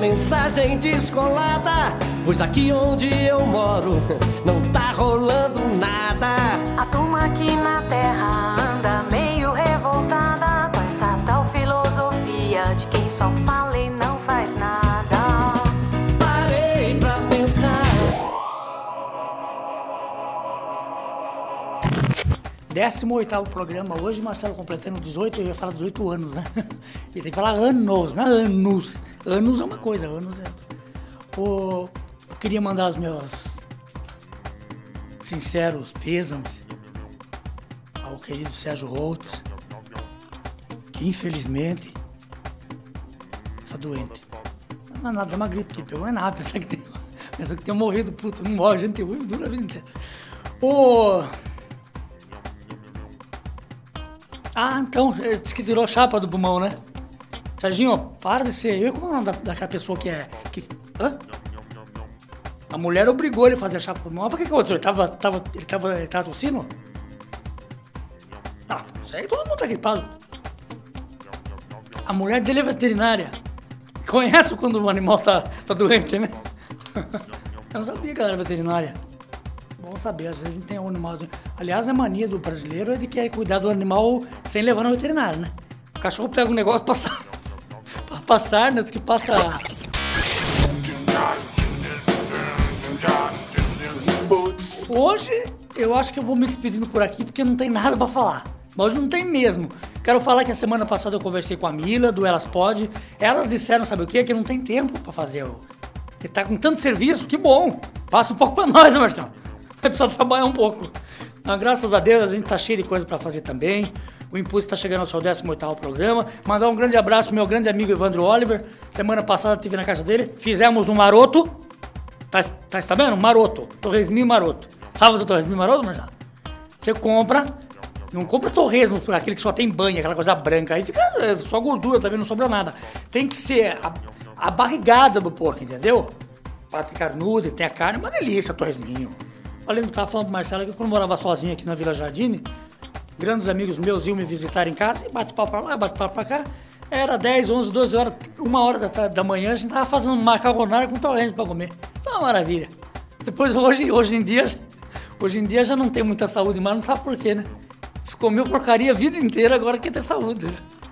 mensagem descolada, pois aqui onde eu moro não tá rolando nada. A turma aqui na terra anda meio revoltada com essa tal filosofia de quem só fala e não faz nada. Parei pra pensar. 18º programa hoje, Marcelo completando 18, eu ia falar 18 anos, né? E tem que falar anos, não é anos. Anos é uma coisa, anos é... Eu queria mandar os meus sinceros pêsames ao querido Sérgio Holtz, que infelizmente está doente. Não é nada, é uma gripe que pegou, não é nada, pensar que tem morrido, puta, não morre, a gente dura a vida inteira. Então, disse que tirou a chapa do pulmão, né? Serginho, para de ser eu. Como é o nome daquela pessoa que é... Hã? A mulher obrigou ele a fazer a chapa do pulmão. Por que aconteceu? Ele tava tossindo? Isso aí todo mundo tá gripado. A mulher dele é veterinária. Conhece quando o animal tá doente, né? Eu não sabia que ela era veterinária. Bom saber, às vezes a gente tem um animal... Aliás, a mania do brasileiro é de querer cuidar do animal sem levar no veterinário, né? O cachorro pega um negócio pra passar, né? Diz que passa... Hoje, eu acho que eu vou me despedindo por aqui, porque não tem nada pra falar. Mas hoje não tem mesmo. Quero falar que a semana passada eu conversei com a Mila, do Elas Pode. Elas disseram, sabe o quê? Que não tem tempo pra fazer. Porque tá com tanto serviço, que bom. Passa um pouco pra nós, né, Marcelo? Vai precisar trabalhar um pouco. Mas, graças a Deus, a gente tá cheio de coisa pra fazer também. O Impulso tá chegando ao seu 18º programa. Mandar um grande abraço pro meu grande amigo Evandro Oliver. Semana passada estive na casa dele. Fizemos um maroto. Tá sabendo? Maroto. Torresminho maroto. Sabe o torresminho maroto, Marcelo? Você compra... Não compra torresmo, aquele que só tem banha, aquela coisa branca. Aí fica só gordura, também não sobra nada. Tem que ser a barrigada do porco, entendeu? Parte carnuda, tem a carne, uma delícia, torresminho. Além do que eu tava falando pro Marcelo, que quando eu morava sozinho aqui na Vila Jardim, grandes amigos meus iam me visitar em casa, e bate-papo pra lá, bate-papo pra cá. Era 10, 11, 12 horas, 1 hora da manhã, a gente tava fazendo macarronada com torresmo pra comer. Isso é uma maravilha. Depois, hoje em dia já não tem muita saúde, mas não sabe por quê, né? Comeu porcaria a vida inteira, agora quer ter saúde.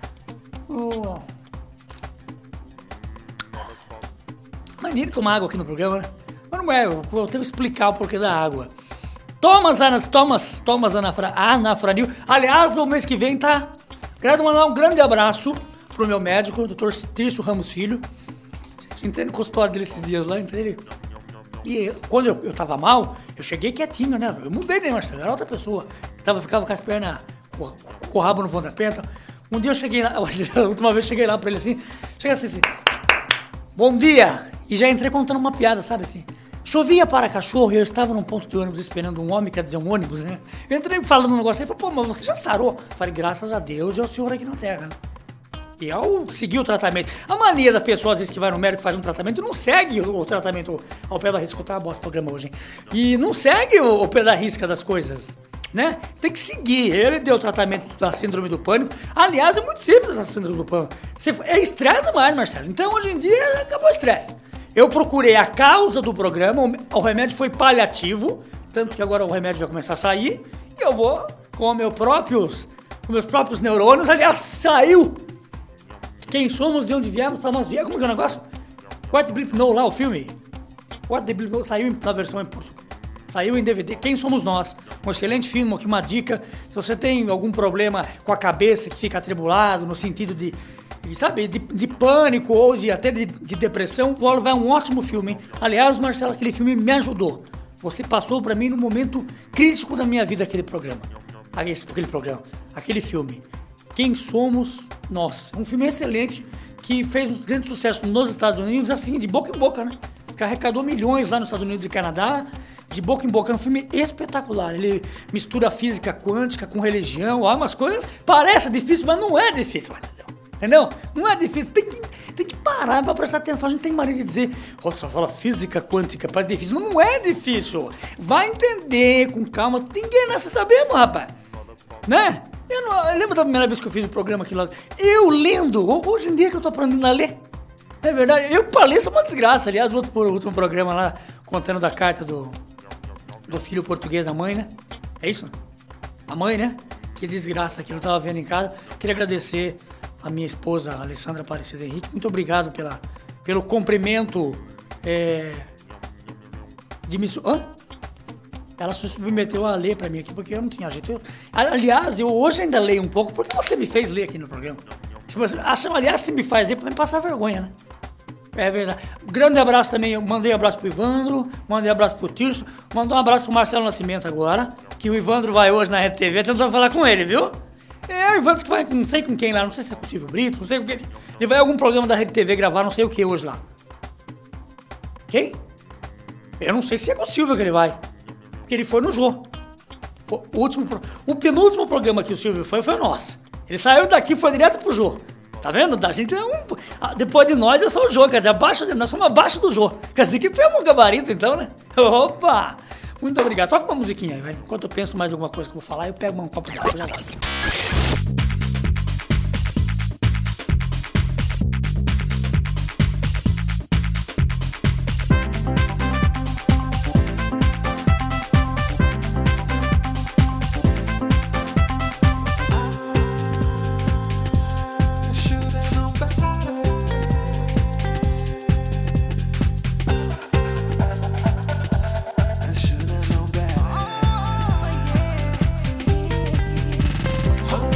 Maneiro de tomar água aqui no programa, né? Mas não é, eu tenho que explicar o porquê da água. Thomas Anafranil. Aliás, o mês que vem tá... Quero mandar um grande abraço pro meu médico, o Dr. Tírcio Ramos Filho. Entrei no consultório dele esses dias lá, entrei... E quando eu tava mal, eu cheguei quietinho, né? Eu mudei, né, Marcelo? Era outra pessoa. Ficava com as pernas, com o rabo no fundo da penta. Um dia eu cheguei lá, a última vez eu cheguei lá pra ele assim, cheguei assim, bom dia! E já entrei contando uma piada, sabe assim? Chovia para cachorro e eu estava num ponto de ônibus esperando um homem, quer dizer, um ônibus, né? Eu entrei falando um negócio aí, falei, pô, mas você já sarou? Eu falei, graças a Deus é o senhor aqui na Terra, né? E ao seguir o tratamento, a mania da pessoa, às vezes, que vai no médico e faz um tratamento, não segue o tratamento ao pé da risca. Eu tava bosta o programa hoje, hein? E não segue o pé da risca das coisas, né? Você tem que seguir. Ele deu o tratamento da síndrome do pânico. Aliás, é muito simples a síndrome do pânico. É estresse demais, Marcelo. Então, hoje em dia, acabou o estresse. Eu procurei a causa do programa, o remédio foi paliativo, tanto que agora o remédio vai começar a sair, e eu vou com meus próprios neurônios. Aliás, saiu... Quem somos, de onde viemos, pra nós vier, como que é o negócio? What the Bleep Know lá, o filme. What the Bleep Know, saiu na versão em português. Saiu em DVD. Quem somos nós? Um excelente filme, aqui uma dica. Se você tem algum problema com a cabeça que fica atribulado, no sentido de pânico ou até de depressão, o Oliver é um ótimo filme, hein? Aliás, Marcelo, aquele filme me ajudou. Você passou pra mim num momento crítico da minha vida, aquele filme. Quem somos nós? Um filme excelente que fez um grande sucesso nos Estados Unidos, assim, de boca em boca, né? Que arrecadou milhões lá nos Estados Unidos e Canadá, de boca em boca. É um filme espetacular. Ele mistura física quântica com religião, umas coisas. Parece difícil, mas não é difícil, entendeu? Não é difícil. Tem que parar pra prestar atenção. A gente tem mania de dizer, só fala física quântica, parece difícil. Mas não é difícil. Vai entender com calma. Ninguém nasce sabendo, rapaz. Né? Eu lembro da primeira vez que eu fiz o programa aqui lá. Eu lendo. Hoje em dia que eu tô aprendendo a ler. É verdade, eu palestra é uma desgraça. Aliás, o último programa lá, contando da carta do filho português à mãe, né? É isso? A mãe, né? Que desgraça que eu tava vendo em casa. Queria agradecer a minha esposa, Alessandra Aparecida Henrique. Muito obrigado pelo cumprimento de me... Ela se submeteu a ler pra mim aqui, porque eu não tinha jeito. Aliás, eu hoje ainda leio um pouco, porque você me fez ler aqui no programa. Aliás, se me faz ler, pra me passar vergonha, né? É verdade. Grande abraço também, eu mandei um abraço pro Ivandro, mandei um abraço pro Tirso, mandou um abraço pro Marcelo Nascimento agora, que o Ivandro vai hoje na Rede TV, tentando falar com ele, viu? O Ivandro que vai, não sei com quem lá, não sei se é com o Silvio Brito, não sei com quem. Ele vai a algum programa da Rede TV gravar, não sei o que hoje lá. Quem? Eu não sei se é com o Silvio que ele vai, porque ele foi no Jô. O penúltimo programa que o Silvio foi o nosso. Ele saiu daqui e foi direto pro Jô. Tá vendo? Da gente depois de nós é só o Jô, quer dizer, nós somos abaixo do Jô. Quer dizer que temos um gabarito então, né? Opa! Muito obrigado. Toca uma musiquinha aí, vai. Enquanto eu penso mais alguma coisa que eu vou falar, eu pego um copo de água, já dá. Oh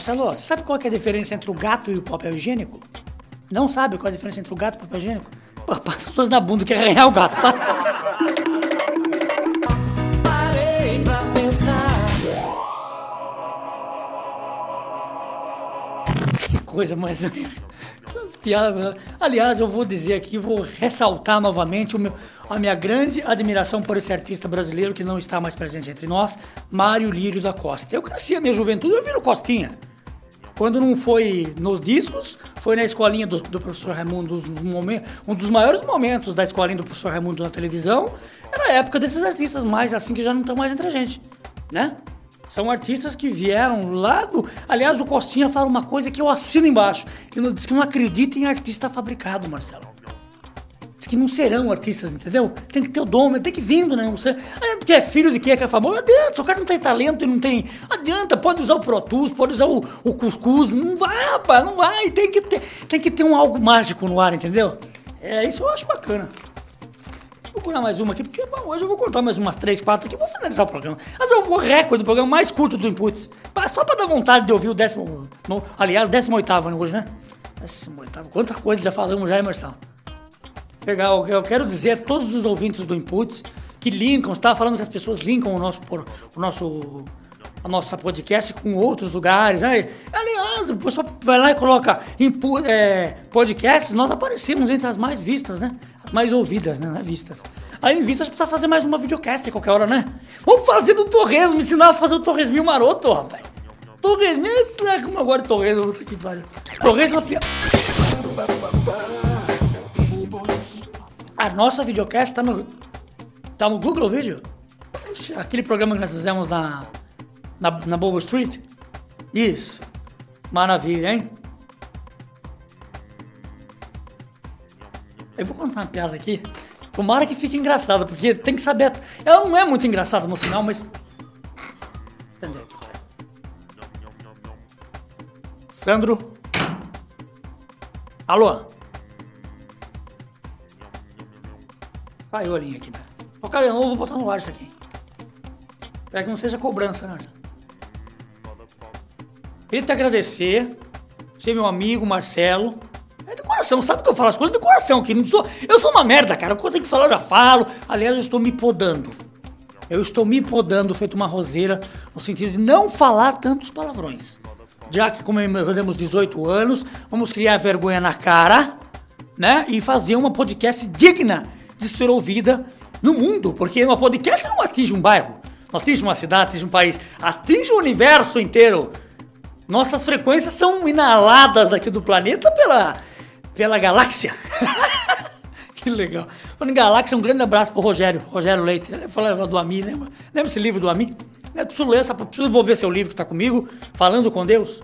Marcelo, você sabe qual que é a diferença entre o gato e o papel higiênico? Não sabe qual é a diferença entre o gato e o papel higiênico? Pô, passa os dois na bunda que é arranhar o gato, tá? Parei pra pensar. Que coisa mais... Essas piadas... Aliás, eu vou dizer aqui, vou ressaltar novamente a minha grande admiração por esse artista brasileiro que não está mais presente entre nós, Mário Lírio da Costa. Eu cresci a minha juventude, eu vi no Costinha. Quando não foi nos discos, foi na escolinha do professor Raimundo. Um dos maiores momentos da escolinha do professor Raimundo na televisão era a época desses artistas mais assim que já não estão mais entre a gente, né? São artistas que vieram lá do... Aliás, o Costinha fala uma coisa que eu assino embaixo. Ele diz que não acredita em artista fabricado, Marcelo. Diz que não serão artistas, entendeu? Tem que ter o dom, tem que vindo, né? Que é filho de quem é famoso, não adianta. Se o cara não tem talento e não tem... Adianta, pode usar o Pro Tools, pode usar o Cuscuz. Não vai, rapaz, não vai. Tem que ter um algo mágico no ar, entendeu? Isso eu acho bacana. Vou procurar mais uma aqui, porque bom, hoje eu vou contar mais umas 3, 4 aqui e vou finalizar o programa. Mas é o recorde do programa mais curto do Inputs. Só pra dar vontade de ouvir o 10º... Aliás, 18º hoje, né? 18º. Quanta coisa já falamos já, hein, Marcelo? Legal, eu quero dizer a todos os ouvintes do Inputs que linkam, você estava falando que as pessoas linkam a nossa podcast com outros lugares. Aliás, o pessoal vai lá e coloca podcasts, nós aparecemos entre as mais vistas, né? As mais ouvidas, né? Não é vistas. Aí em vistas precisa fazer mais uma videocast a qualquer hora, né? Vamos fazer do Torresmo, ensinar a fazer o Torresminho maroto, rapaz. Torresminho, como agora Torresmo, puta que pariu. Torresmo, a nossa videocast tá no Google Video? Aquele programa que nós fizemos na Bobo Street? Isso. Maravilha, hein? Eu vou contar uma piada aqui. Tomara que fique engraçada, porque tem que saber... Ela não é muito engraçada no final, mas... Entendeu? Sandro? Alô? Caiu a linha aqui, né? Vou cair de novo, vou botar no ar isso aqui. Espero que não seja cobrança, né? Queria te agradecer. Você, meu amigo, Marcelo. É de coração, sabe que eu falo as coisas de coração aqui. Eu sou uma merda, cara. O que eu tenho que falar, eu já falo. Aliás, eu estou me podando. Eu estou me podando, feito uma roseira, no sentido de não falar tantos palavrões. Já que comemoramos 18 anos, vamos criar vergonha na cara, né? E fazer uma podcast digna de ser ouvida no mundo, porque uma podcast não atinge um bairro, não atinge uma cidade, atinge um país, atinge o universo inteiro. Nossas frequências são inaladas daqui do planeta pela galáxia. Que legal. Falando em galáxia, um grande abraço pro Rogério Leite. Ele falou do Ami, lembra esse livro do Ami? Eu preciso ler, preciso envolver seu livro que tá comigo, Falando com Deus.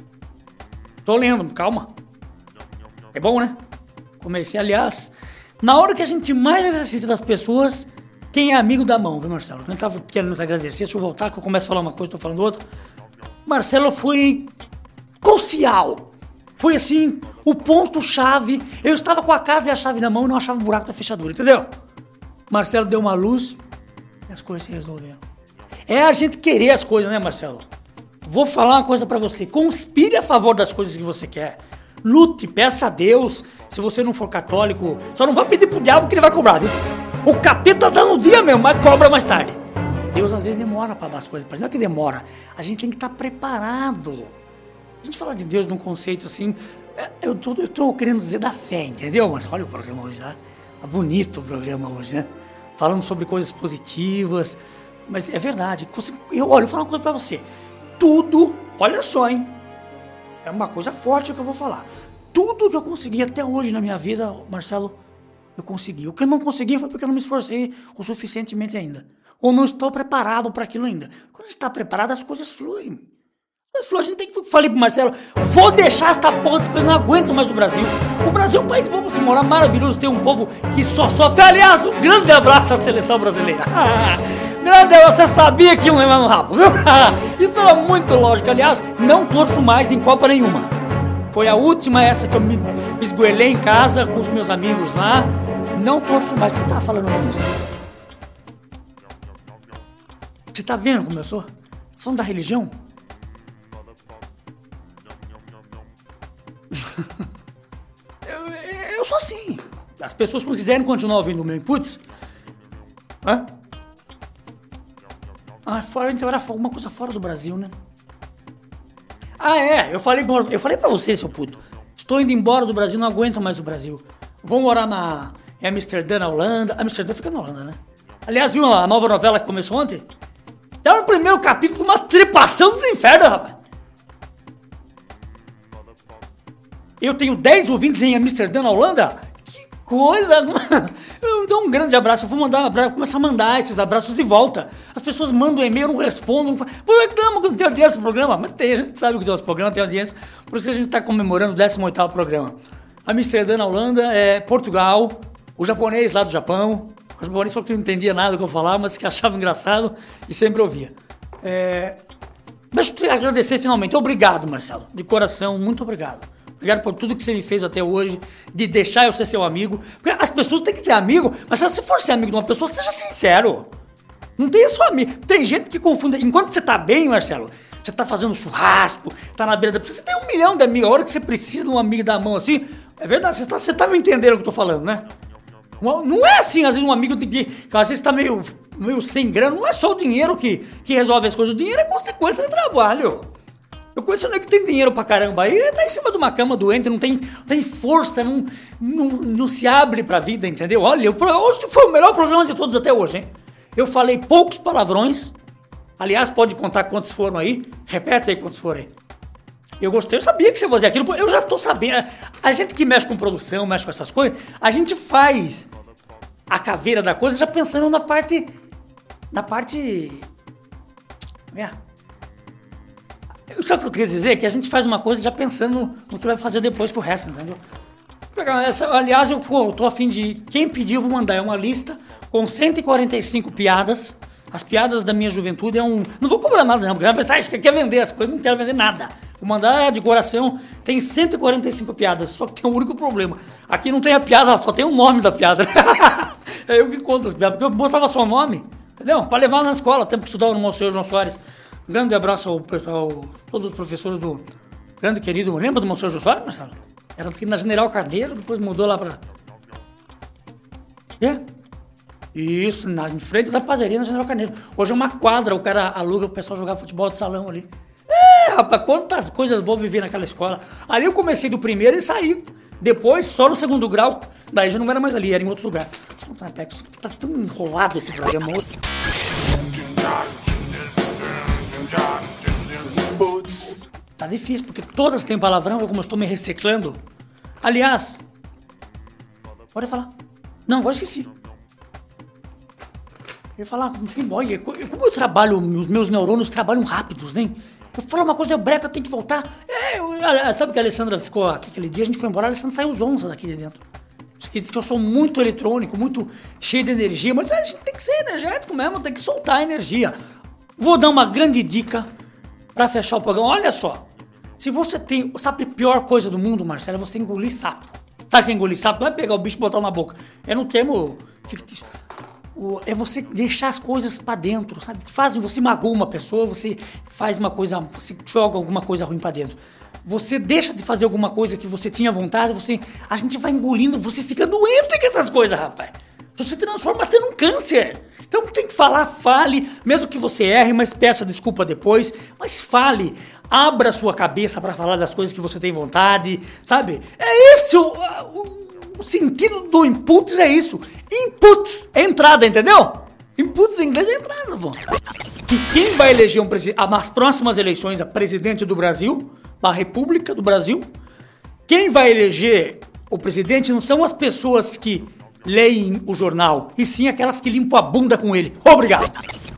Tô lendo, calma. É bom, né? Comecei, aliás... Na hora que a gente mais necessita das pessoas, quem é amigo da mão, viu, Marcelo? Eu tava querendo te agradecer, deixa eu voltar, que eu começo a falar uma coisa, tô falando outra. Marcelo foi crucial. Foi assim, o ponto-chave. Eu estava com a casa e a chave na mão e não achava o buraco da fechadura, entendeu? Marcelo deu uma luz e as coisas se resolveram. É a gente querer as coisas, né, Marcelo? Vou falar uma coisa pra você. Conspire a favor das coisas que você quer. Lute, peça a Deus. Se você não for católico, só não vai pedir pro diabo que ele vai cobrar, viu? O capeta dá no dia mesmo, mas cobra mais tarde. Deus às vezes demora pra dar as coisas pra gente. Não é que demora, a gente tem que estar preparado. A gente fala de Deus num conceito assim, eu tô querendo dizer da fé, entendeu? Mas olha o programa hoje, tá? É bonito o programa hoje, né? Falando sobre coisas positivas. Mas é verdade. Eu vou falar uma coisa pra você. Tudo, olha só, hein? É uma coisa forte que eu vou falar. Tudo que eu consegui até hoje na minha vida, Marcelo, eu consegui. O que eu não consegui foi porque eu não me esforcei o suficientemente ainda. Ou não estou preparado para aquilo ainda. Quando está preparado, as coisas fluem. Mas a gente tem que... Falei pro Marcelo, vou deixar esta porra, depois não aguento mais o Brasil. O Brasil é um país bom pra se morar, maravilhoso, tem um povo que só sofre. Aliás, um grande abraço à seleção brasileira. Grande, você sabia que iam levar no rabo, viu? Isso era muito lógico. Aliás, não torço mais em Copa nenhuma. Foi a última essa que eu me esgoelei em casa com os meus amigos lá. Não torço mais. Quem tava falando assim? Você tá vendo como eu sou? Falando da religião? Eu sou assim. As pessoas que quiserem continuar ouvindo o meu inputs... Hã? Fora, então era alguma coisa fora do Brasil, né? Eu falei pra você, seu puto. Estou indo embora do Brasil, não aguento mais o Brasil. Vou morar em Amsterdã, na Holanda. Amsterdã fica na Holanda, né? Aliás, viu a nova novela que começou ontem? Tá no primeiro capítulo, uma trepação dos infernos, rapaz. Eu tenho 10 ouvintes em Amsterdã, na Holanda? Que coisa! Eu dou um grande abraço. Eu vou começar a mandar esses abraços de volta. As pessoas mandam e-mail, não respondem. Eu reclamo que não tem audiência no programa. Mas tem, a gente sabe que tem os programas, tem audiência. Por isso a gente está comemorando o 18º programa. Amsterdã, na Holanda, Portugal, o japonês lá do Japão. O japonês falou que não entendia nada do que eu falava, mas que achava engraçado e sempre ouvia. Mas eu queria agradecer finalmente. Obrigado, Marcelo. De coração, muito obrigado. Obrigado por tudo que você me fez até hoje, de deixar eu ser seu amigo. Porque as pessoas têm que ter amigo, mas se você for ser amigo de uma pessoa, seja sincero. Não tenha só amigo. Tem gente que confunde. Enquanto você tá bem, Marcelo, você tá fazendo churrasco, tá na beira da... Você tem 1 milhão de amigos. A hora que você precisa de um amigo da mão assim, é verdade, você tá me entendendo o que eu tô falando, né? Não é assim, às vezes um amigo tem que às vezes tá meio sem grana. Não é só o dinheiro que resolve as coisas. O dinheiro é consequência do trabalho. Eu conheço um que tem dinheiro pra caramba, aí tá em cima de uma cama doente, não tem força, não se abre pra vida, entendeu? Olha, hoje foi o melhor programa de todos até hoje, hein? Eu falei poucos palavrões, aliás, pode contar quantos foram aí, repete aí quantos foram aí. Eu gostei, eu sabia que você fazia aquilo, eu já tô sabendo. A gente que mexe com produção, mexe com essas coisas, a gente faz a caveira da coisa já pensando na parte... Sabe o que eu queria dizer? Que a gente faz uma coisa já pensando no que vai fazer depois com o resto, entendeu? Aliás, eu tô a fim de... Quem pediu, eu vou mandar. É uma lista com 145 piadas. As piadas da minha juventude Não vou cobrar nada, não, porque vai pensar que quer vender as coisas, não quero vender nada. Vou mandar de coração. Tem 145 piadas, só que tem um único problema. Aqui não tem a piada, só tem o nome da piada. É eu que conto as piadas, porque eu botava só o nome, entendeu? Pra levar na escola, tempo que estudava no Monsenhor João Soares. Um grande abraço ao todos os professores do grande querido... Lembra do Monsenhor João Soares, Marcelo? Era aqui na General Carneiro, depois mudou lá pra... Isso, em frente da padaria na General Carneiro. Hoje é uma quadra, o cara aluga o pessoal jogar futebol de salão ali. Rapaz, quantas coisas boas viver naquela escola. Ali eu comecei do primeiro e saí. Depois, só no 2º grau, daí já não era mais ali, era em outro lugar. Tá tão enrolado esse programa hoje. Tá difícil, porque todas têm palavrão, como eu estou me reciclando. Aliás, pode falar. Não, agora esqueci. Eu ia falar, olha, como eu trabalho, os meus neurônios trabalham rápidos, né? Eu falo uma coisa, eu breco, eu tenho que voltar. Sabe que a Alessandra ficou aquele dia, a gente foi embora, a Alessandra saiu zonza daqui de dentro. Que diz que eu sou muito eletrônico, muito cheio de energia, mas a gente tem que ser energético mesmo, tem que soltar a energia. Vou dar uma grande dica pra fechar o programa. Olha só, se você sabe a pior coisa do mundo, Marcelo, é você engolir sapo. Sabe o que é engolir sapo? Não é pegar o bicho e botar na boca. É no termo fictício. É você deixar as coisas pra dentro, sabe? Você magoa uma pessoa, você faz uma coisa, você joga alguma coisa ruim pra dentro. Você deixa de fazer alguma coisa que você tinha vontade, a gente vai engolindo, você fica doente com essas coisas, rapaz. Você transforma até num câncer. Então tem que falar, fale, mesmo que você erre, mas peça desculpa depois, mas fale, abra a sua cabeça pra falar das coisas que você tem vontade, sabe? É esse o sentido do inputs, é isso. Inputs é entrada, entendeu? Inputs em inglês é entrada, pô. Que quem vai eleger as próximas eleições a presidente do Brasil, a República do Brasil, quem vai eleger o presidente não são as pessoas que leem o jornal, e sim aquelas que limpam a bunda com ele. Obrigado!